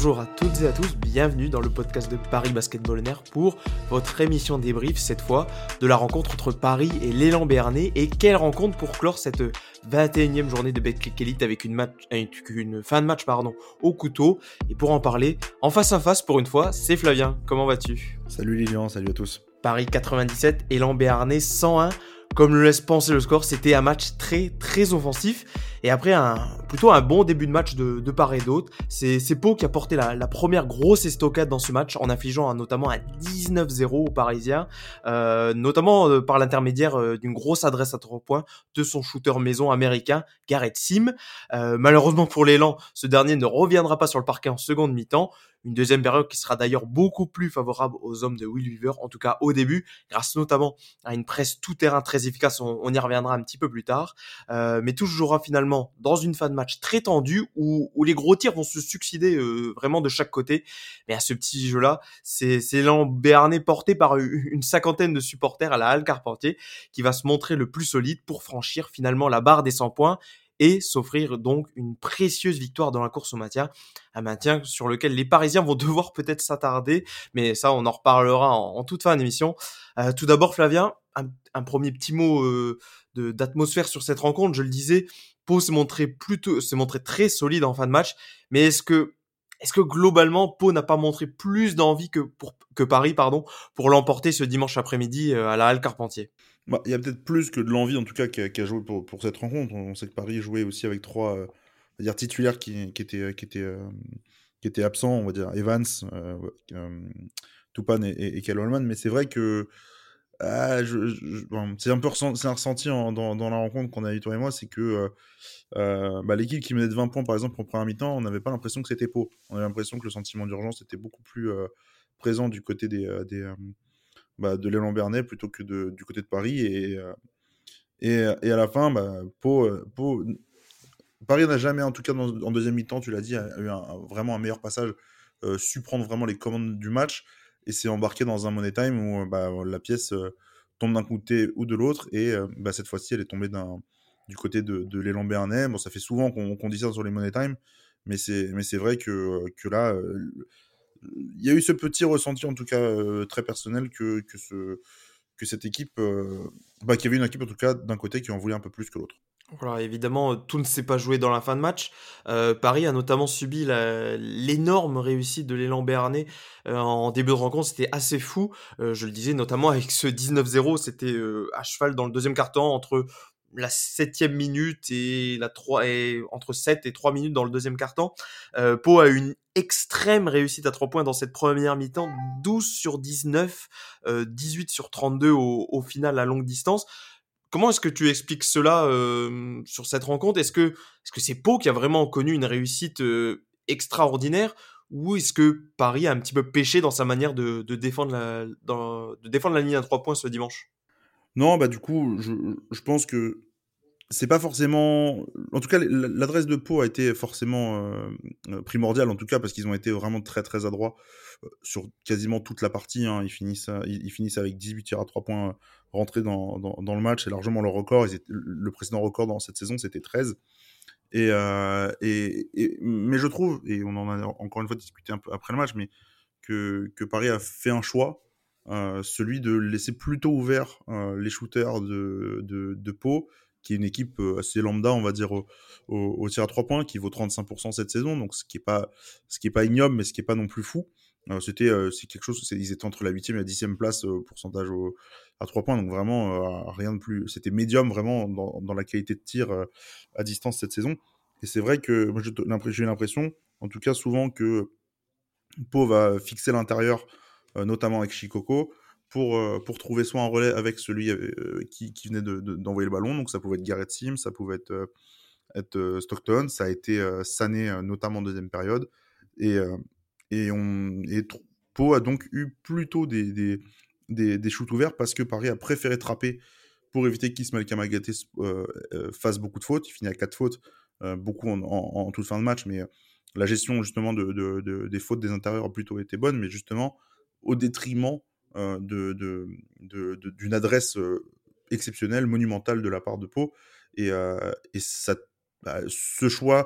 Bonjour à toutes et à tous, bienvenue dans le podcast de Paris Basketball On Air pour votre émission débrief, cette fois, de la rencontre entre Paris et l'Élan Béarnais. Et quelle rencontre pour clore cette 21e journée de Betclic Elite avec une fin de match au couteau. Et pour en parler, en face à face pour une fois, c'est Flavien. Comment vas-tu ? Salut Lilian, salut à tous. Paris 97, Élan Béarnais 101. Comme le laisse penser le score, c'était un match très très offensif. Et après plutôt un bon début de match de part et d'autre, c'est Pau qui a porté la première grosse estocade dans ce match en infligeant notamment un 19-0 aux Parisiens, notamment par l'intermédiaire d'une grosse adresse à 3 points de son shooter maison américain Garrett Sim. Malheureusement pour l'Élan, ce dernier ne reviendra pas sur le parquet en seconde mi-temps. Une deuxième période qui sera d'ailleurs beaucoup plus favorable aux hommes de Will Weaver, en tout cas au début, grâce notamment à une presse tout-terrain très efficace, on y reviendra un petit peu plus tard, mais tout jouera finalement dans une fin de match très tendue où les gros tirs vont se succéder vraiment de chaque côté. Mais à ce petit jeu-là, c'est l'Élan Béarnais porté par une cinquantaine de supporters à la Halle Carpentier qui va se montrer le plus solide pour franchir finalement la barre des 100 points et s'offrir donc une précieuse victoire dans la course au maintien, un maintien sur lequel les Parisiens vont devoir peut-être s'attarder, mais ça on en reparlera en toute fin d'émission. Tout d'abord Flavien, un premier petit mot d'atmosphère sur cette rencontre. Je le disais, Pau se montrait très solide en fin de match, mais est-ce que globalement Pau n'a pas montré plus d'envie que Paris pour l'emporter ce dimanche après-midi à la Halle Carpentier? Il y a peut-être plus que de l'envie, en tout cas, qui a joué pour cette rencontre. On sait que Paris jouait aussi avec trois titulaires qui étaient absents, on va dire Evans, Toupane et Kyle Holman. Mais c'est vrai que bon, c'est un ressenti dans la rencontre qu'on a eu toi et moi, c'est que l'équipe qui menait de 20 points, par exemple, en première mi-temps, on n'avait pas l'impression que c'était Pau. On avait l'impression que le sentiment d'urgence était beaucoup plus présent du côté de l'Élan Béarnais plutôt que du côté de Paris. Et à la fin, Paris n'a jamais, en tout cas en deuxième mi-temps, tu l'as dit, a eu vraiment un meilleur passage, su prendre vraiment les commandes du match et s'est embarqué dans un money time où la pièce tombe d'un côté ou de l'autre. Et cette fois-ci, elle est tombée du côté de l'Élan Béarnais. Bon, ça fait souvent qu'on dit ça sur les money time, mais c'est vrai que là, il y a eu ce petit ressenti, en tout cas très personnel, que cette équipe, qu'il y avait une équipe, en tout cas, d'un côté qui en voulait un peu plus que l'autre. Voilà, évidemment, tout ne s'est pas joué dans la fin de match. Paris a notamment subi l'énorme réussite de l'Élan Béarnais en début de rencontre. C'était assez fou. Je le disais, notamment avec ce 19-0, c'était à cheval dans le deuxième quart-temps entre la 7e minute et entre 7 et 3 minutes dans le deuxième quart-temps. Pau a eu une extrême réussite à 3 points dans cette première mi-temps, 12 sur 19, 18 sur 32 au final à longue distance. Comment est-ce que tu expliques cela sur cette rencontre ? Est-ce que c'est Pau qui a vraiment connu une réussite extraordinaire, ou est-ce que Paris a un petit peu péché dans sa manière de défendre la ligne à 3 points ce dimanche ? Non, du coup, je pense que c'est pas forcément... En tout cas, l'adresse de Pau a été forcément primordiale, en tout cas, parce qu'ils ont été vraiment très très adroits sur quasiment toute la partie. Hein. Ils finissent avec 18 tirs à 3 points rentrés dans le match. C'est largement leur record. Le précédent record dans cette saison, c'était 13. Mais je trouve, et on en a encore une fois discuté un peu après le match, mais que Paris a fait un choix, celui de laisser plutôt ouvert les shooters de Pau, qui est une équipe assez lambda, on va dire, au tir à 3 points, qui vaut 35% cette saison, donc ce qui est pas ignoble, mais ce qui est pas non plus fou. C'est quelque chose, ils étaient entre la 8e et la 10e place au pourcentage à 3 points, donc vraiment rien de plus. C'était médium vraiment dans la qualité de tir à distance cette saison. Et c'est vrai que moi, j'ai eu l'impression, en tout cas souvent, que Pau va fixer l'intérieur, notamment avec Shikoko, pour trouver soit un relais avec celui qui venait d'envoyer le ballon. Donc ça pouvait être Garrett Sim, ça pouvait être Stockton, ça a été Sané, notamment en deuxième période. Et Pau a donc eu plutôt des shoots ouverts parce que Paris a préféré trapper pour éviter qu'Ismaël Kamagaté fasse beaucoup de fautes. Il finit à 4 fautes, beaucoup en toute fin de match, mais la gestion justement des fautes des intérieurs a plutôt été bonne, mais justement au détriment d'une adresse exceptionnelle, monumentale de la part de Pau. Et ce choix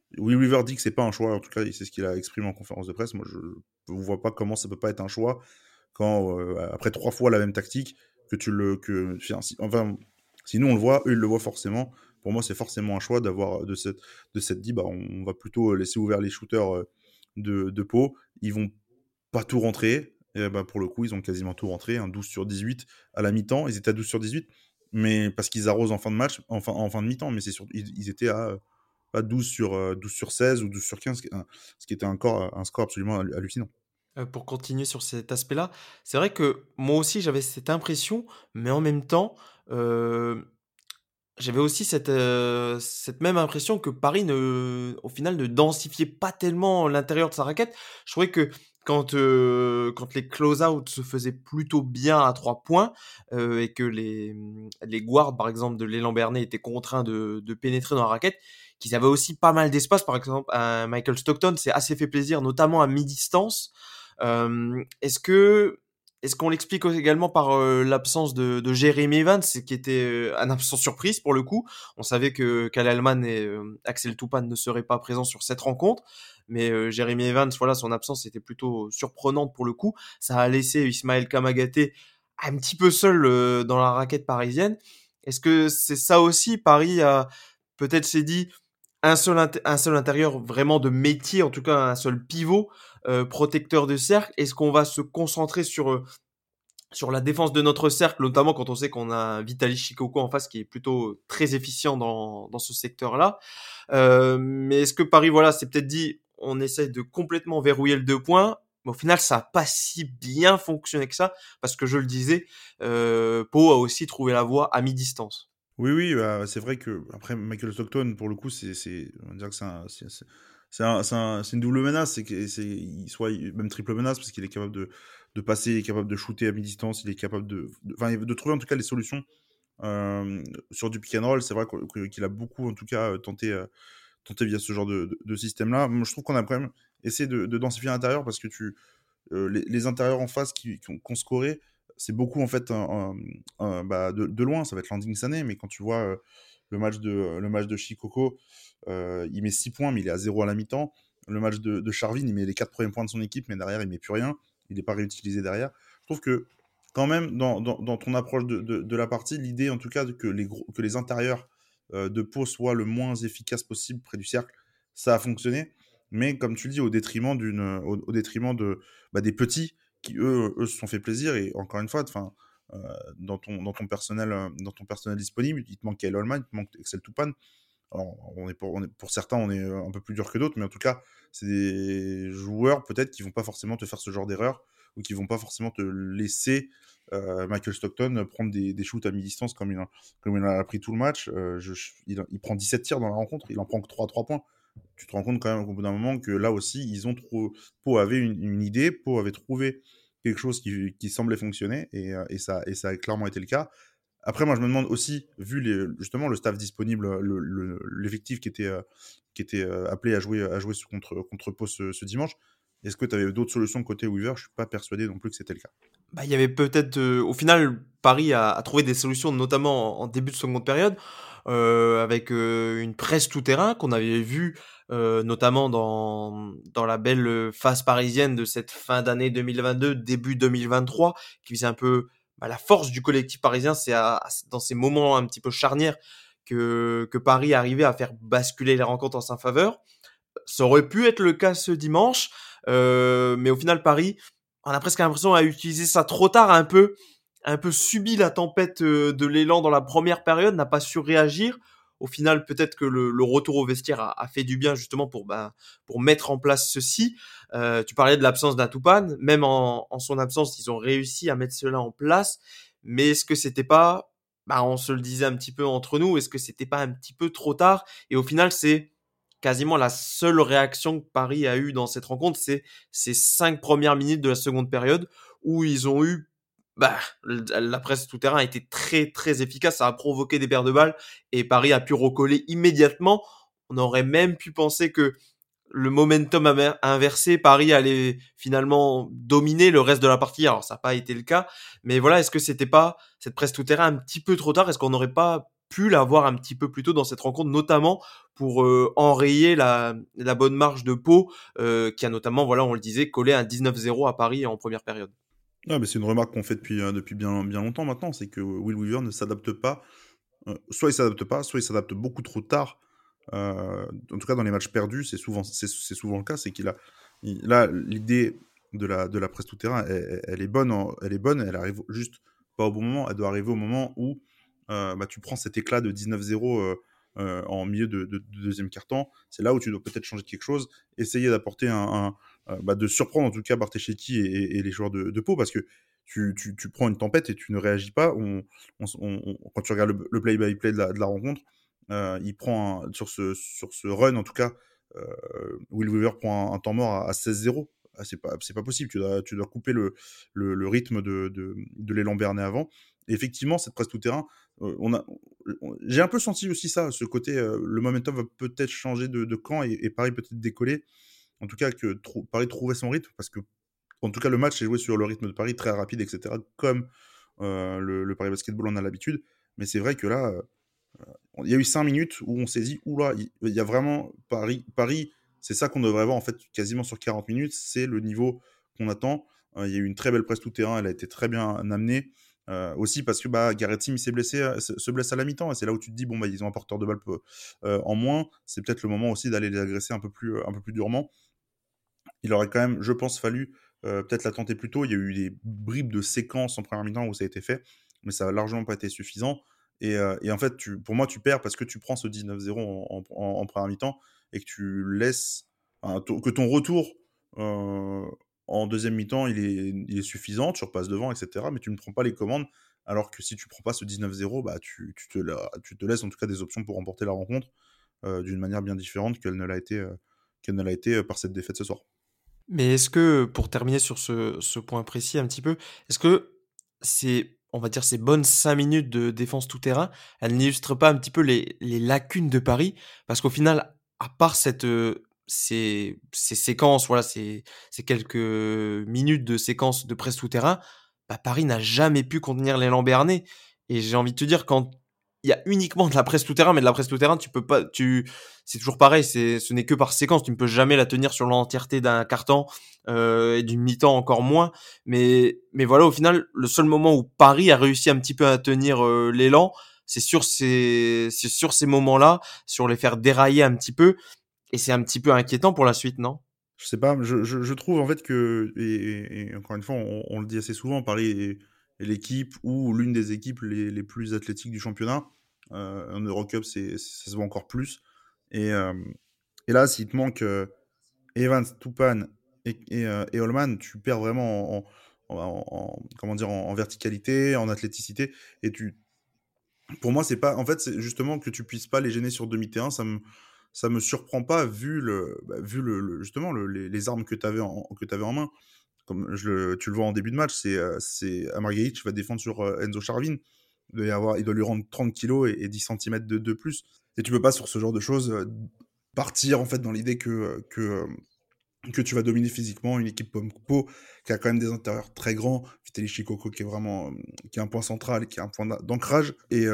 Will Weaver dit que c'est pas un choix, en tout cas, c'est ce qu'il a exprimé en conférence de presse. Moi, je ne vois pas comment ça peut pas être un choix quand, après 3 fois la même tactique, que tu le. Enfin, si nous on le voit, eux ils le voient forcément. Pour moi, c'est forcément un choix d'avoir de cette dit, bah, on va plutôt laisser ouvert les shooters de Pau. Ils vont pas tout rentrer. Et bah, pour le coup, ils ont quasiment tout rentré, un 12/18 à la mi-temps. Ils étaient à 12/18, mais parce qu'ils arrosent en fin de match, en fin de mi-temps, mais c'est surtout, ils étaient à pas 12/16 ou 12/15, ce qui était encore un score absolument hallucinant. Pour continuer sur cet aspect-là, c'est vrai que moi aussi j'avais cette impression, mais en même temps, heu, j'avais aussi cette même impression que Paris au final ne densifiait pas tellement l'intérieur de sa raquette. Je trouvais que quand les close-out se faisaient plutôt bien à 3 points, et que les guards par exemple de l'élan Bernet étaient contraints de pénétrer dans la raquette, qu'ils avaient aussi pas mal d'espace. Par exemple, un Michael Stockton s'est assez fait plaisir, notamment à mi-distance. Euh, est-ce que est-ce qu'on l'explique également par l'absence de Jeremy Evans, qui était un absence surprise pour le coup. On savait que Kyle Allman et Axel Toupane ne seraient pas présents sur cette rencontre, mais Jeremy Evans, voilà, son absence était plutôt surprenante pour le coup. Ça a laissé Ismaël Kamagaté un petit peu seul dans la raquette parisienne. Est-ce que c'est ça aussi, Paris a peut-être s'est dit un seul intérieur vraiment de métier, en tout cas un seul pivot protecteur de cercle. Est-ce qu'on va se concentrer sur la défense de notre cercle, notamment quand on sait qu'on a Vitaly Chikoko en face qui est plutôt très efficient dans ce secteur-là. Mais est-ce que Paris, voilà, s'est peut-être dit, on essaie de complètement verrouiller le 2 points, mais au final, ça n'a pas si bien fonctionné que ça, parce que je le disais, Pau a aussi trouvé la voie à mi-distance. Oui, oui, bah, c'est vrai que après Michael Stockton, pour le coup, on va dire que c'est une double menace, soit même triple menace parce qu'il est capable de passer, il est capable de shooter à mi-distance, il est capable enfin, de trouver en tout cas les solutions sur du pick and roll. C'est vrai qu'il a beaucoup en tout cas tenté via ce genre de système-là. Moi, je trouve qu'on a quand même essayé de densifier l'intérieur parce que les intérieurs en face qu'on scoré, c'est beaucoup en fait bah, de loin. Ça va être Landing Sané, mais quand tu vois le match de Shikoko, il met 6 points, mais il est à 0 à la mi-temps. Le match de Charvin, il met les 4 premiers points de son équipe, mais derrière, il met plus rien. Il n'est pas réutilisé derrière. Je trouve que quand même, dans ton approche de la partie, l'idée en tout cas que les intérieurs de Pau soient le moins efficaces possible près du cercle, ça a fonctionné. Mais comme tu le dis, au détriment des petits qui eux se sont fait plaisir. Et encore une fois, dans ton personnel disponible, il te manque Kyle Holman, il te manque Axel Toupane. Alors, pour certains, on est un peu plus dur que d'autres, mais en tout cas, c'est des joueurs peut-être qui vont pas forcément te faire ce genre d'erreur ou qui vont pas forcément te laisser Michael Stockton prendre des shoots à mi-distance comme il a pris tout le match. Il prend 17 tirs dans la rencontre, il en prend que 3 points. Tu te rends compte quand même au bout d'un moment que là aussi, Pau avait une idée, Pau avait trouvé quelque chose qui semblait fonctionner et ça a clairement été le cas. Après, moi, je me demande aussi, vu justement le staff disponible, l'effectif qui était appelé à jouer contre Pau ce dimanche, est-ce que tu avais d'autres solutions côté Weaver? Je suis pas persuadé non plus que c'était le cas. Bah, il y avait peut-être, au final, Paris a trouvé des solutions, notamment en début de seconde période, avec une presse tout-terrain qu'on avait vu, notamment dans la belle phase parisienne de cette fin d'année 2022, début 2023, qui faisait un peu bah, la force du collectif parisien. C'est dans ces moments un petit peu charnières que Paris arrivait à faire basculer les rencontres en sa faveur. Ça aurait pu être le cas ce dimanche, mais au final, Paris, on a presque l'impression à utiliser ça trop tard, un peu subi la tempête de l'élan dans la première période, n'a pas su réagir. Au final, peut-être que le retour au vestiaire a fait du bien justement pour mettre en place ceci. Tu parlais de l'absence d'Atoupane, même en son absence, ils ont réussi à mettre cela en place. Mais est-ce que c'était pas, bah, on se le disait un petit peu entre nous, est-ce que c'était pas un petit peu trop tard? Et au final, c'est quasiment la seule réaction que Paris a eue dans cette rencontre, c'est ces 5 premières minutes de la seconde période où ils ont eu, bah, la presse tout-terrain a été très très efficace, ça a provoqué des paires de balles et Paris a pu recoller immédiatement. On aurait même pu penser que le momentum inversé, Paris allait finalement dominer le reste de la partie. Alors ça n'a pas été le cas, mais voilà, est-ce que c'était pas cette presse tout-terrain un petit peu trop tard? Est-ce qu'on n'aurait pas pu l'avoir un petit peu plus tôt dans cette rencontre, notamment pour enrayer la bonne marche de Pau, qui a notamment, voilà, on le disait, collé un 19-0 à Paris en première période. Ah, mais c'est une remarque qu'on fait depuis bien, bien longtemps maintenant, c'est que Will Weaver ne s'adapte pas. Soit il s'adapte pas, soit il s'adapte beaucoup trop tard. En tout cas, dans les matchs perdus, c'est souvent le cas. C'est là, l'idée de la presse tout-terrain, elle est bonne, elle arrive juste pas au bon moment. Elle doit arriver au moment où tu prends cet éclat de 19-0 en milieu de deuxième quart-temps. C'est là où tu dois peut-être changer quelque chose, essayer d'apporter de surprendre en tout cas Bartesheki et les joueurs de Pau, parce que tu prends une tempête et tu ne réagis pas. Quand tu regardes le play-by-play de la rencontre, il prend sur ce run en tout cas, Will Weaver prend un temps mort à 16-0. Ah, c'est pas possible, tu dois couper le rythme de l'élan Bernay avant. Et effectivement, cette presse tout-terrain, j'ai un peu senti aussi ça, ce côté, le momentum va peut-être changer de camp et Paris peut-être décoller. En tout cas, que Paris trouvait son rythme, parce que en tout cas, le match est joué sur le rythme de Paris, très rapide, etc., comme le Paris Basketball en a l'habitude. Mais c'est vrai que là, il y a eu 5 minutes où on s'est dit, oula, il y a vraiment Paris, c'est ça qu'on devrait voir en fait quasiment sur 40 minutes, c'est le niveau qu'on attend. Il y a eu une très belle presse tout-terrain, elle a été très bien amenée. Aussi parce que Garrett Sim s'est blessé, se blesse à la mi-temps, et c'est là où tu te dis, bon, ils ont un porteur de balle en moins, c'est peut-être le moment aussi d'aller les agresser un peu plus durement. Il aurait quand même, je pense, fallu peut-être la tenter plus tôt. Il y a eu des bribes de séquences en première mi-temps où ça a été fait, mais ça n'a largement pas été suffisant. Et en fait, pour moi, tu perds parce que tu prends ce 19-0 en première mi-temps et que tu laisses que ton retour en deuxième mi-temps, il est suffisant, tu repasses devant, etc. Mais tu ne prends pas les commandes, alors que si tu ne prends pas ce 19-0, tu te laisses en tout cas des options pour remporter la rencontre d'une manière bien différente qu'elle ne l'a été par cette défaite ce soir. Mais est-ce que, pour terminer sur ce point précis un petit peu, est-ce que on va dire, ces bonnes 5 minutes de défense tout-terrain, elles n'illustrent pas un petit peu les lacunes de Paris? Parce qu'au final, à part ces séquences, voilà, ces quelques minutes de séquences de presse tout-terrain, Paris n'a jamais pu contenir l'élan béarnais. Et j'ai envie de te dire, quand il y a uniquement de la presse tout-terrain, mais de la presse tout-terrain, tu peux pas, c'est toujours pareil, ce n'est que par séquence, tu ne peux jamais la tenir sur l'entièreté d'un quart-temps, et d'une mi-temps encore moins. Mais voilà, au final, le seul moment où Paris a réussi un petit peu à tenir l'élan, c'est sur ces moments-là, sur les faire dérailler un petit peu, et c'est un petit peu inquiétant pour la suite, non? Je sais pas, je trouve en fait que, et encore une fois, on le dit assez souvent, Paris est l'équipe ou l'une des équipes les plus athlétiques du championnat. En Eurocup, ça se voit encore plus. Et, euh, et là, s'il te manque Evans, Toupane et Holman, tu perds vraiment comment dire, en verticalité, en athléticité. Et pour moi, c'est pas. En fait, c'est justement que tu puisses pas les gêner sur demi-terrain. Ça me surprend pas vu justement les armes que tu avais en main. Comme tu le vois en début de match, c'est Amargaït qui va défendre sur Enzo Charvin. Il doit lui rendre 30 kilos et 10 cm de plus. Et tu peux pas, sur ce genre de choses, partir en fait dans l'idée que tu vas dominer physiquement une équipe comme Pau, qui a quand même des intérieurs très grands, Vitaly Chikoko qui est vraiment qui est un point central, qui est un point d'ancrage,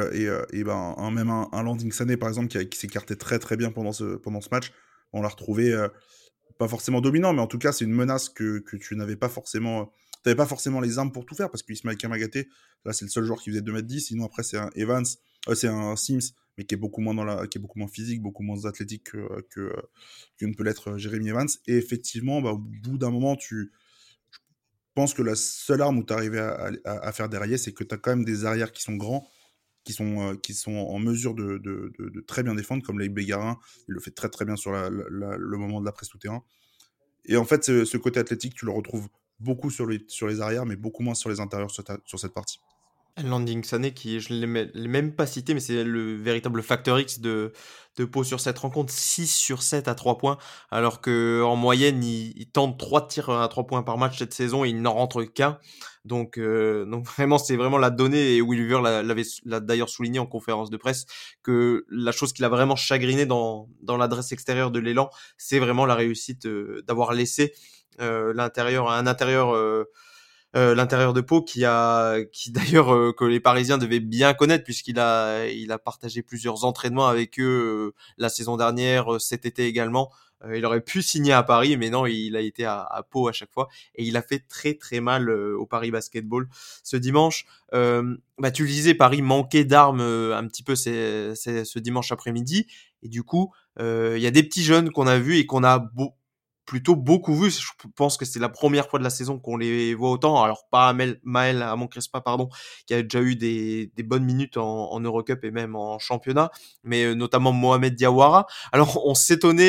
même un Landing Sané par exemple qui s'écartait très très bien pendant ce match. On l'a retrouvé pas forcément dominant, mais en tout cas c'est une menace que tu n'avais pas forcément. T'avais pas forcément les armes pour tout faire, parce qu'Ismaël Kamagaté, là c'est le seul joueur qui faisait 2m10, sinon après c'est un Evans, c'est un Sims, mais qui est beaucoup moins physique, beaucoup moins athlétique que ne peut l'être Jérémy Evans. Et effectivement, au bout d'un moment, je pense que la seule arme où tu arrivais à faire dérailler, c'est que tu as quand même des arrières qui sont grands, qui sont en mesure de très bien défendre, comme Leïb Bégarin, il le fait très très bien sur le moment de la presse tout-terrain. Et en fait, ce côté athlétique, tu le retrouves beaucoup sur les arrières, mais beaucoup moins sur les intérieurs sur cette partie. Landing Sané, qui je l'ai même pas cité, mais c'est le véritable facteur X de Pau sur cette rencontre, 6 sur 7 à 3 points, alors que en moyenne, il tente 3 tirs à 3 points par match cette saison et il n'en rentre qu'un. Donc vraiment, c'est vraiment la donnée, et Will Weaver l'a d'ailleurs souligné en conférence de presse, que la chose qui l'a vraiment chagriné dans l'adresse extérieure de l'élan, c'est vraiment la réussite d'avoir laissé un intérieur l'intérieur de Pau, qui d'ailleurs que les Parisiens devaient bien connaître, puisqu'il a partagé plusieurs entraînements avec eux la saison dernière, cet été également. Il aurait pu signer à Paris, mais non, il a été à Pau à chaque fois, et il a fait très très mal au Paris Basketball ce dimanche. Tu le disais, Paris manquait d'armes un petit peu ce dimanche après-midi, et du coup, il y a des petits jeunes qu'on a vus et qu'on a plutôt beaucoup vus. Je pense que c'est la première fois de la saison qu'on les voit autant. Alors pas Maël Amon Crespa, pardon, qui a déjà eu des bonnes minutes en Eurocup et même en championnat, mais notamment Mohamed Diawara. Alors on s'étonnait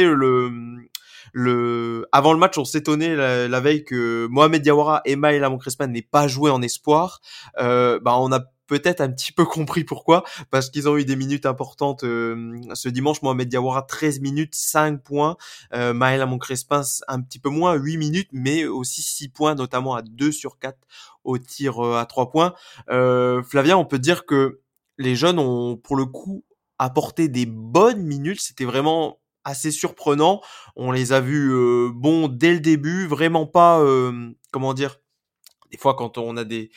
avant le match, on s'étonnait la veille que Mohamed Diawara et Maël Amon Crespa n'aient pas joué en espoir. On a peut-être un petit peu compris pourquoi, parce qu'ils ont eu des minutes importantes ce dimanche. Mohamed Diawara 13 minutes, 5 points, Maël Amon Crespin un petit peu moins, 8 minutes, mais aussi 6 points, notamment à 2 sur 4 au tir à 3 points. Flavien, on peut dire que les jeunes ont pour le coup apporté des bonnes minutes, c'était vraiment assez surprenant. On les a vus bons dès le début, vraiment pas comment dire, des fois quand on a des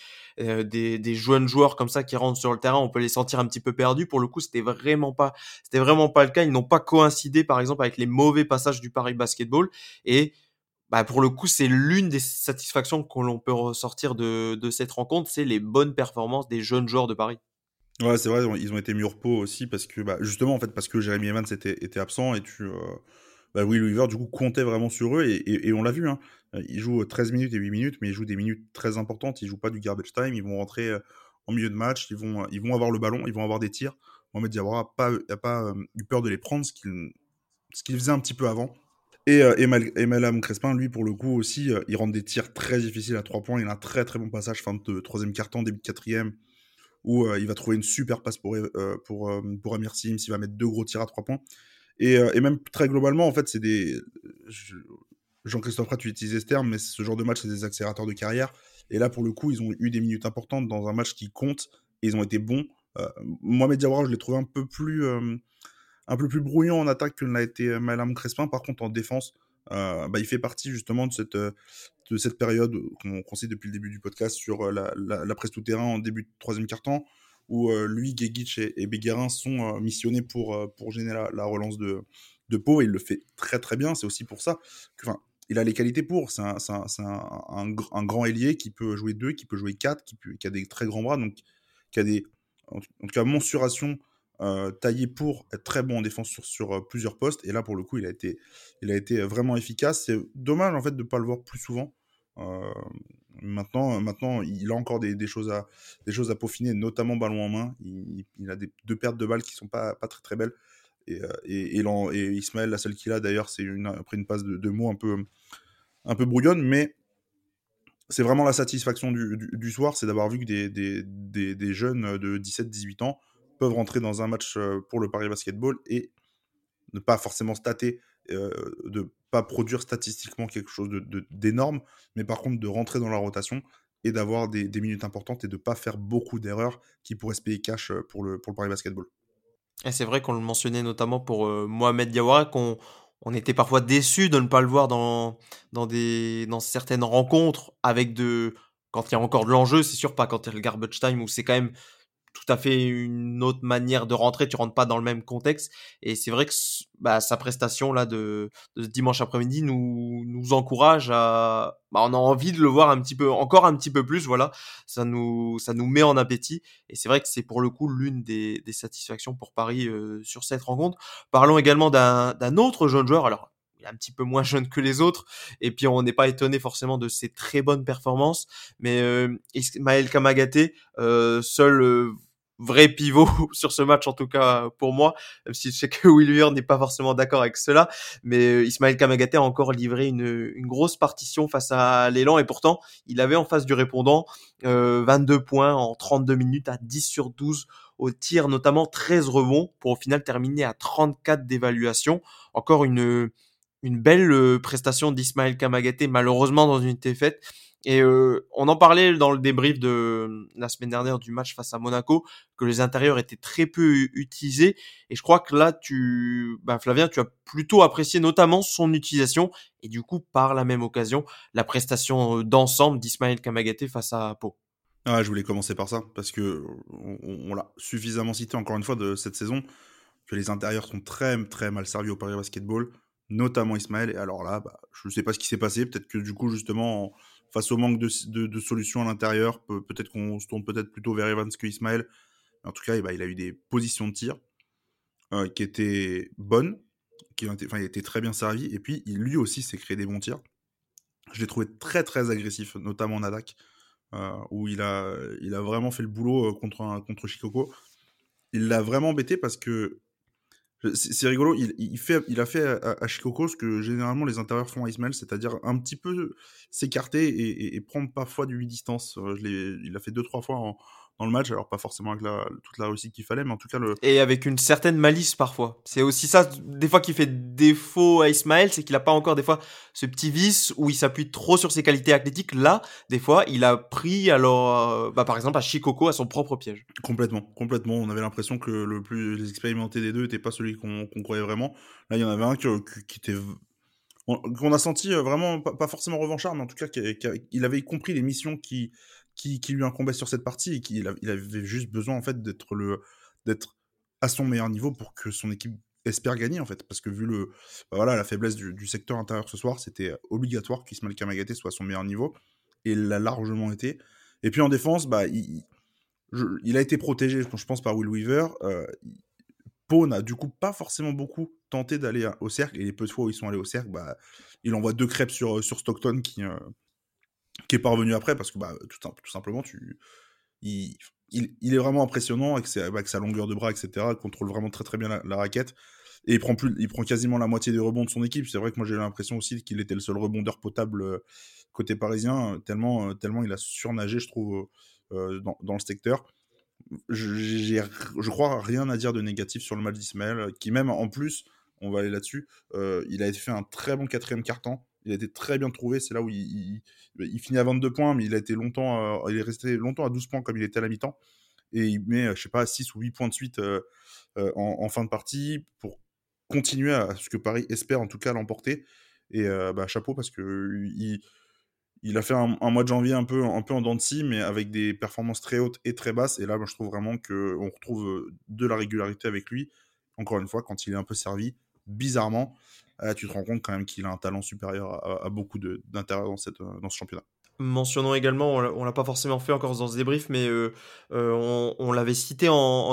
jeunes joueurs comme ça qui rentrent sur le terrain, on peut les sentir un petit peu perdus. Pour le coup, c'était vraiment pas le cas. Ils n'ont pas coïncidé par exemple avec les mauvais passages du Paris Basketball, et pour le coup, c'est l'une des satisfactions que l'on peut ressortir de cette rencontre, c'est les bonnes performances des jeunes joueurs de Paris. Ouais, c'est vrai, ils ont été mis au repos aussi parce que, justement, en fait, parce que Jeremy Evans était absent et Will Weaver, du coup, comptait vraiment sur eux et on l'a vu, hein. Ils jouent 13 minutes et 8 minutes, mais ils jouent des minutes très importantes. Ils jouent pas du garbage time. Ils vont rentrer en milieu de match. Ils vont avoir le ballon. Ils vont avoir des tirs. Mohamed Diawara n'a pas eu peur de les prendre, ce qu'il faisait un petit peu avant. Et Maël Crespin, lui, pour le coup aussi, il rentre des tirs très difficiles à 3 points. Il a un très très bon passage fin de troisième quart-temps, début de quatrième, où il va trouver une super passe pour Amir Sims. Il va mettre 2 gros tirs à 3 points. Et même très globalement, en fait, Jean-Christophe Prat, tu utilisais ce terme, mais ce genre de match, c'est des accélérateurs de carrière. Et là, pour le coup, ils ont eu des minutes importantes dans un match qui compte, et ils ont été bons. Mohamed Diawara, je l'ai trouvé un peu plus brouillon en attaque que ne l'a été Maël Amon Crespin. Par contre, en défense, il fait partie justement de cette période qu'on sait depuis le début du podcast sur la presse tout-terrain en début de troisième quart-temps, où lui, Gegic et Béguerin sont missionnés pour gêner la relance de Pau, et il le fait très très bien. C'est aussi pour ça il a les qualités pour. C'est un grand ailier qui peut jouer 2, qui peut jouer 4, qui a des très grands bras, donc qui a en tout cas, mensuration taillé pour être très bon en défense sur plusieurs postes. Et là, pour le coup, il a été vraiment efficace. C'est dommage en fait de ne pas le voir plus souvent. Maintenant, il a encore des choses à peaufiner, notamment ballon en main. Il a 2 pertes de balles qui sont pas très très belles. Et Ismaël, la seule qu'il a d'ailleurs, c'est après une passe de mots un peu brouillonne, mais c'est vraiment la satisfaction du soir, c'est d'avoir vu que des jeunes de 17-18 ans peuvent rentrer dans un match pour le Paris Basketball et ne pas forcément stater, de pas produire statistiquement quelque chose d'énorme, mais par contre de rentrer dans la rotation et d'avoir des minutes importantes et de pas faire beaucoup d'erreurs qui pourraient se payer cash pour le Paris Basketball. Et c'est vrai qu'on le mentionnait notamment pour Mohamed Diawara, qu'on était parfois déçu de ne pas le voir dans certaines rencontres quand il y a encore de l'enjeu, c'est sûr, pas quand il y a le garbage time où c'est quand même tout à fait une autre manière de rentrer, tu rentres pas dans le même contexte, et c'est vrai que sa prestation là de ce dimanche après-midi nous encourage on a envie de le voir encore un petit peu plus, voilà, ça nous met en appétit, et c'est vrai que c'est pour le coup l'une des satisfactions pour Paris sur cette rencontre. Parlons également d'un autre jeune joueur, alors il est un petit peu moins jeune que les autres, et puis on n'est pas étonné forcément de ses très bonnes performances, mais Ismaël Kamagaté, seul vrai pivot sur ce match, en tout cas pour moi, même si je sais que Will Weaver n'est pas forcément d'accord avec cela, mais Ismaël Kamagaté a encore livré une grosse partition face à l'Élan, et pourtant il avait en face du répondant 22 points en 32 minutes à 10 sur 12 au tir, notamment 13 rebonds pour au final terminer à 34 d'évaluation. Encore une belle prestation d'Ismaël Kamagaté, malheureusement dans une unité faite. Et on en parlait dans le débrief de la semaine dernière du match face à Monaco, que les intérieurs étaient très peu utilisés. Et je crois que là, Flavien, tu as plutôt apprécié notamment son utilisation et du coup, par la même occasion, la prestation d'ensemble d'Ismaël Kamagaté face à Pau. Ah, je voulais commencer par ça, parce que on l'a suffisamment cité encore une fois de cette saison, que les intérieurs sont très très mal servis au Paris Basketball, notamment Ismaël. Et alors là, je ne sais pas ce qui s'est passé. Peut-être que du coup, justement, face au manque de solutions à l'intérieur, peut-être qu'on se tourne peut-être plutôt vers Evans que Ismaël. En tout cas, il a eu des positions de tir qui étaient bonnes, il était très bien servi. Et puis, lui aussi s'est créé des bons tirs. Je l'ai trouvé très très agressif, notamment en attaque, où il a vraiment fait le boulot contre Shikoku. Il l'a vraiment embêté parce que c'est rigolo, il a fait à Shikoku ce que généralement les intérieurs font à Ismaël, c'est-à-dire un petit peu s'écarter et prendre parfois du distance. Il l'a fait 2-3 fois dans le match, alors pas forcément avec toute la réussite qu'il fallait, mais en tout cas, Et avec une certaine malice parfois. C'est aussi ça, des fois, qui fait défaut à Ismaël, c'est qu'il a pas encore des fois ce petit vice où il s'appuie trop sur ses qualités athlétiques. Là, des fois, il a pris alors, par exemple, à Shikoku à son propre piège. complètement. On avait l'impression que le plus expérimenté des deux n'était pas celui qu'on croyait vraiment. Là, il y en avait un qui était qu'on a senti vraiment pas forcément revanchard, mais en tout cas qu'il avait compris les missions qui lui incombaient sur cette partie et il avait juste besoin en fait d'être à son meilleur niveau pour que son équipe espère gagner en fait, parce que vu voilà, la faiblesse du secteur intérieur ce soir, c'était obligatoire qu'Ismaël Kamagaté soit à son meilleur niveau et il l'a largement été. Et puis en défense, il a été protégé, je pense, par Will Weaver. Pau n'a du coup pas forcément beaucoup tenté d'aller au cercle, et les peu de fois où ils sont allés au cercle, il envoie 2 crêpes sur Stockton qui est parvenu après, parce que tout simplement, il est vraiment impressionnant avec sa longueur de bras, etc. Il contrôle vraiment très très bien la raquette, et il prend quasiment la moitié des rebonds de son équipe. C'est vrai que moi j'ai eu l'impression aussi qu'il était le seul rebondeur potable côté parisien, tellement il a surnagé, je trouve, dans le secteur. Je crois rien à dire de négatif sur le match d'Ismaël, qui même en plus, on va aller là-dessus, il a fait un très bon quatrième quart-temps. Il a été très bien trouvé. C'est là où il finit à 22 points, mais il est resté longtemps à 12 points comme il était à la mi-temps. Et il met, je sais pas, 6 ou 8 points de suite en fin de partie pour continuer à ce que Paris espère en tout cas l'emporter. Et chapeau, parce que il a fait un mois de janvier un peu en dents de scie, mais avec des performances très hautes et très basses. Et là, moi, je trouve vraiment qu'on retrouve de la régularité avec lui. Encore une fois, quand il est un peu servi, bizarrement, tu te rends compte quand même qu'il a un talent supérieur à beaucoup d'intérieurs dans ce championnat. Mentionnons également, on l'a pas forcément fait encore dans ce débrief, mais on l'avait cité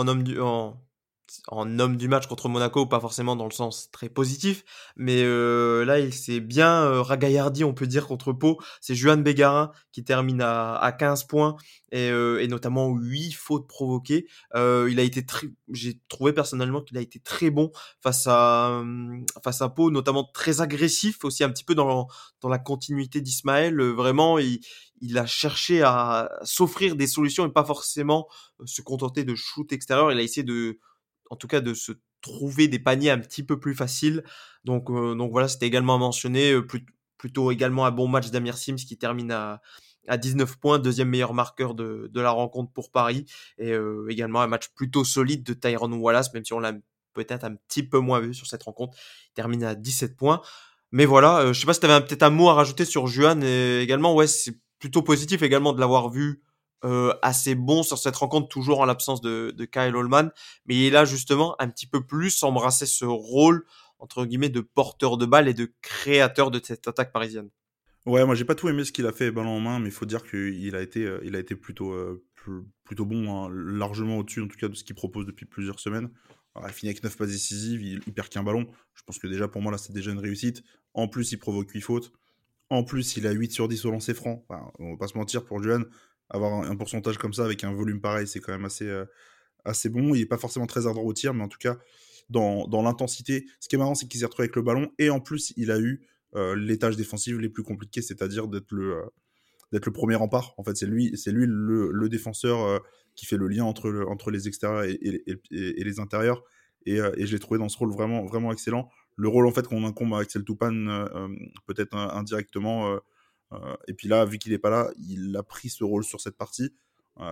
en homme du match contre Monaco, pas forcément dans le sens très positif, mais là il s'est bien ragaillardi, on peut dire, contre Pau. C'est Juan Bégarin qui termine à 15 points et notamment 8 fautes provoquées. J'ai trouvé personnellement qu'il a été très bon face à Pau, notamment très agressif aussi, un petit peu dans la continuité d'Ismaël. Vraiment, il a cherché à s'offrir des solutions et pas forcément se contenter de shoot extérieur. Il a essayé en tout cas, de se trouver des paniers un petit peu plus faciles. Donc voilà, c'était également mentionné. Plutôt également un bon match d'Amir Sims qui termine à 19 points, deuxième meilleur marqueur de la rencontre pour Paris. Et également un match plutôt solide de Tyrone Wallace, même si on l'a peut-être un petit peu moins vu sur cette rencontre. Il termine à 17 points. Mais voilà, je sais pas si tu avais peut-être un mot à rajouter sur Juan également. Ouais, c'est plutôt positif également de l'avoir vu assez bon sur cette rencontre, toujours en l'absence de Kyle Holman. Mais il est là justement un petit peu plus embrasser ce rôle entre guillemets de porteur de balle et de créateur de cette attaque parisienne. Ouais, moi j'ai pas tout aimé ce qu'il a fait ballon en main, mais il faut dire il a été plutôt bon, hein, largement au-dessus en tout cas de ce qu'il propose depuis plusieurs semaines. Alors, il finit avec 9 passes décisives, il perd qu'un ballon. Je pense que déjà pour moi là c'est déjà une réussite. En plus il provoque 8 fautes. En plus il a 8 sur 10 au lancer franc. Enfin, on va pas se mentir, pour Juan, avoir un pourcentage comme ça avec un volume pareil, c'est quand même assez bon. Il est pas forcément très ardent au tir, mais en tout cas dans l'intensité. Ce qui est marrant, c'est qu'il s'est retrouvé avec le ballon, et en plus il a eu les tâches défensives les plus compliquées, c'est-à-dire d'être le premier rempart. En fait, c'est lui le défenseur qui fait le lien entre les extérieurs et les intérieurs. Et je l'ai trouvé dans ce rôle vraiment, vraiment excellent. Le rôle en fait qu'on incombe à Axel Toupane, peut-être indirectement, Et puis là, vu qu'il est pas là, il a pris ce rôle sur cette partie. Euh,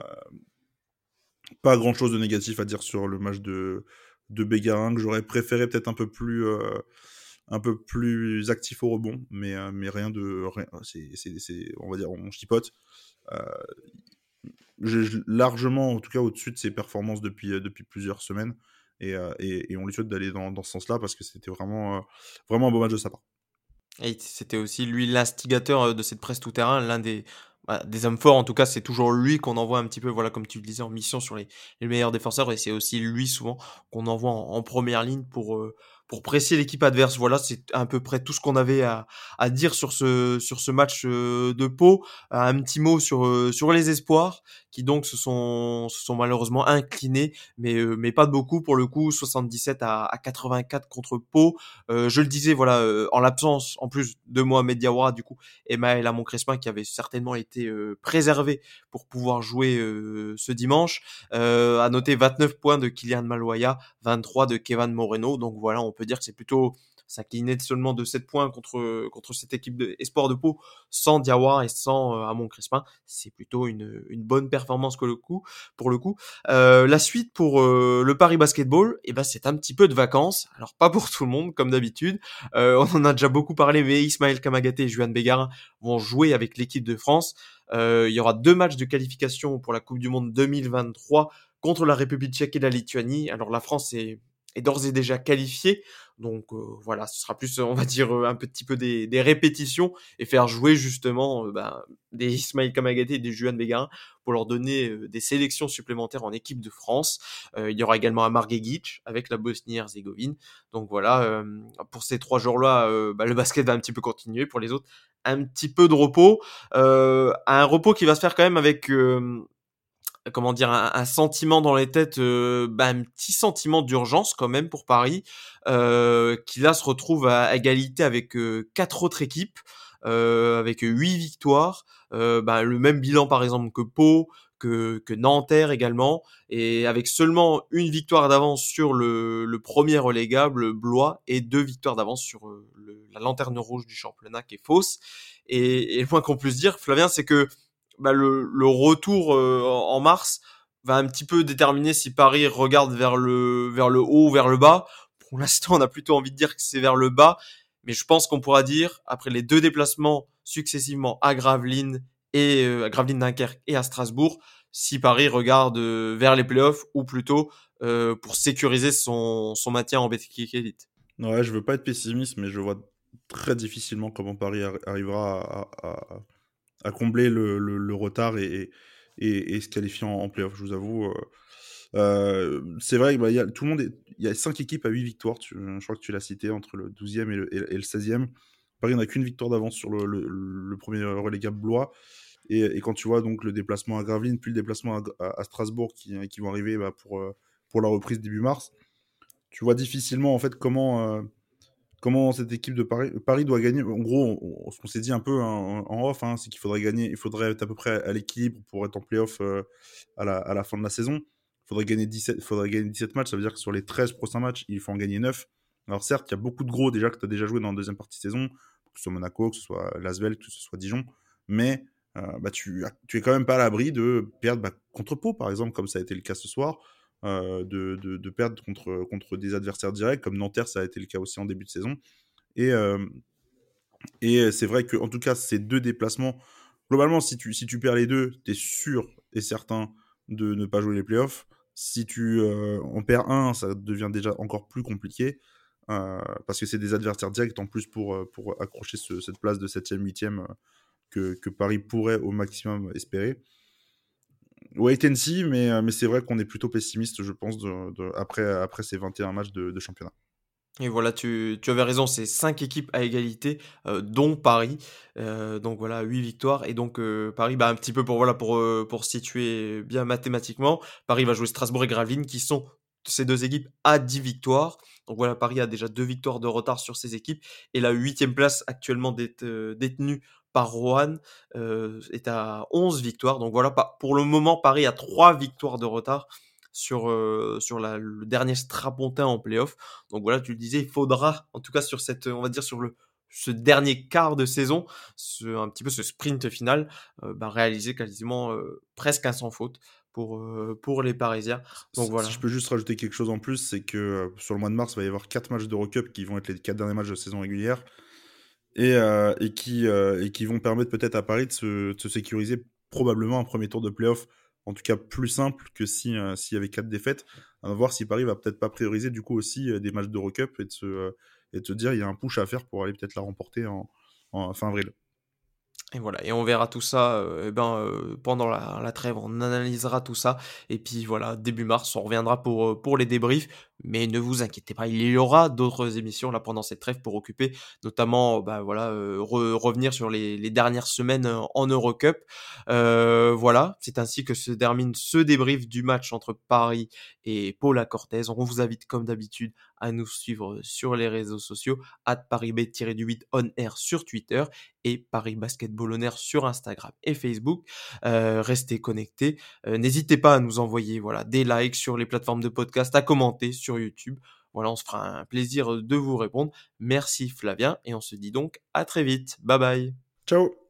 Pas grand chose de négatif à dire sur le match de Bégarin, que j'aurais préféré peut-être un peu plus actif au rebond, mais rien de. Rien, on va dire, on chipote. Euh, Largement, en tout cas, au-dessus de ses performances depuis plusieurs semaines. Et on lui souhaite d'aller dans ce sens-là parce que c'était vraiment un beau match de sa part. Et c'était aussi lui l'instigateur de cette presse tout-terrain, l'un des hommes forts. En tout cas, c'est toujours lui qu'on envoie un petit peu, voilà, comme tu le disais, en mission sur les meilleurs défenseurs. Et c'est aussi lui souvent qu'on envoie en première ligne pour presser l'équipe adverse. Voilà, c'est à peu près tout ce qu'on avait à dire sur ce match de Pau. Un petit mot sur les espoirs qui donc se sont malheureusement inclinés, mais pas de beaucoup pour le coup, 77 à 84 contre Pau. Je le disais, voilà, en l'absence, en plus de Mohamed Diawara, du coup, et Maël Amon Crespin qui avait certainement été préservé pour pouvoir jouer ce dimanche. À noter 29 points de Kylian Malouaya, 23 de Kevin Moreno. Donc voilà, on peut dire que c'est plutôt s'incliner seulement de 7 points contre cette équipe de Espoir de Pau sans Diawara et sans Amon Crespin. C'est plutôt une bonne performance pour le coup. La suite pour le Paris Basketball, eh ben c'est un petit peu de vacances. Alors pas pour tout le monde comme d'habitude. On en a déjà beaucoup parlé, mais Ismaël Kamagaté et Juan Bégarin vont jouer avec l'équipe de France. Il y aura 2 matchs de qualification pour la Coupe du Monde 2023 contre la République tchèque et la Lituanie. Alors la France est d'ores et déjà qualifiée. Donc voilà, ce sera plus, on va dire, un petit peu des répétitions et faire jouer justement des Ismaël Kamagaté et des Juan Bégarin pour leur donner des sélections supplémentaires en équipe de France. Il y aura également un Margegic avec la Bosnie-Herzégovine. Donc voilà, pour ces 3 jours-là, le basket va un petit peu continuer. Pour les autres, un petit peu de repos. Un repos qui va se faire quand même avec comment dire, un sentiment dans les têtes, un petit sentiment d'urgence quand même pour Paris, qui là se retrouve à égalité avec 4 autres équipes, avec 8 victoires, le même bilan par exemple que Pau, que Nanterre également, et avec seulement une victoire d'avance sur le premier relégable Blois et 2 victoires d'avance sur la lanterne rouge du championnat qui est Fos. Et le point qu'on puisse dire, Flavien, c'est que le retour en mars va un petit peu déterminer si Paris regarde vers le haut ou vers le bas. Pour l'instant, on a plutôt envie de dire que c'est vers le bas, mais je pense qu'on pourra dire, après les 2 déplacements successivement à Gravelines à Gravelines Dunkerque et à Strasbourg, si Paris regarde vers les playoffs ou plutôt pour sécuriser son maintien en Betclic Elite. Ouais, je veux pas être pessimiste, mais je vois très difficilement comment Paris arrivera à combler le retard et se qualifier en play-off, je vous avoue. C'est vrai que tout le monde il y a 5 équipes à 8 victoires, je crois que tu l'as cité, entre le 12e et le 16e. Paris n'a qu'une victoire d'avance sur le premier relégable Blois. Et quand tu vois donc le déplacement à Gravelines, puis le déplacement à Strasbourg qui vont arriver pour la reprise début mars, tu vois difficilement en fait comment cette équipe de Paris doit gagner. En gros, ce qu'on s'est dit un peu en off, hein, c'est qu'il faudrait gagner, il faudrait être à peu près à l'équilibre pour être en play-off à la fin de la saison. Il faudrait gagner 17 matchs, ça veut dire que sur les 13 prochains matchs, il faut en gagner 9. Alors certes, il y a beaucoup de gros déjà que tu as déjà joué dans la deuxième partie de saison, que ce soit Monaco, que ce soit Lasvel, que ce soit Dijon, mais tu es quand même pas à l'abri de perdre contre Pau, par exemple, comme ça a été le cas ce soir. De perdre contre des adversaires directs, comme Nanterre, ça a été le cas aussi en début de saison. Et c'est vrai que, en tout cas, ces 2 déplacements, globalement, si tu perds les 2, tu es sûr et certain de ne pas jouer les playoffs. Si tu en perds un, ça devient déjà encore plus compliqué, parce que c'est des adversaires directs en plus pour accrocher cette place de 7e, 8e que Paris pourrait au maximum espérer. Wait and see, mais c'est vrai qu'on est plutôt pessimiste, je pense, après ces 21 matchs de championnat. Et voilà, tu avais raison, c'est 5 équipes à égalité, dont Paris. Donc voilà, 8 victoires. Et donc Paris, un petit peu pour situer bien mathématiquement, Paris va jouer Strasbourg et Gravelines, qui sont ces 2 équipes à 10 victoires. Donc voilà, Paris a déjà 2 victoires de retard sur ces équipes. Et la 8e place actuellement détenue par Roanne est à 11 victoires. Donc voilà, pour le moment, Paris a 3 victoires de retard sur le dernier strapontin en play-off. Donc voilà, tu le disais, il faudra, en tout cas sur cette, on va dire sur le ce dernier quart de saison, un petit peu ce sprint final, réalisé quasiment presque un sans faute pour les Parisiens. Donc Si voilà. je peux juste rajouter quelque chose en plus, c'est que sur le mois de mars, il va y avoir 4 matchs d'Eurocup qui vont être les 4 derniers matchs de saison régulière et qui vont permettre peut-être à Paris de se sécuriser probablement un premier tour de play-off, en tout cas plus simple que s'il y avait 4 défaites. On va voir si Paris va peut-être pas prioriser du coup aussi des matchs d'Eurocup et de se dire il y a un push à faire pour aller peut-être la remporter en fin avril. Et voilà, et on verra tout ça pendant la trêve, on analysera tout ça. Et puis voilà, début mars, on reviendra pour les débriefs. Mais ne vous inquiétez pas, il y aura d'autres émissions là pendant cette trêve pour occuper, notamment revenir sur les dernières semaines en Eurocup. Voilà, c'est ainsi que se termine ce débrief du match entre Paris et Paula Cortez. On vous invite comme d'habitude à nous suivre sur les réseaux sociaux, @ParisB-8 on air sur Twitter et Paris Basketball On Air sur Instagram et Facebook. Restez connectés. N'hésitez pas à nous envoyer des likes sur les plateformes de podcast, à commenter sur YouTube. Voilà, on se fera un plaisir de vous répondre. Merci Flavien et on se dit donc à très vite. Bye bye. Ciao.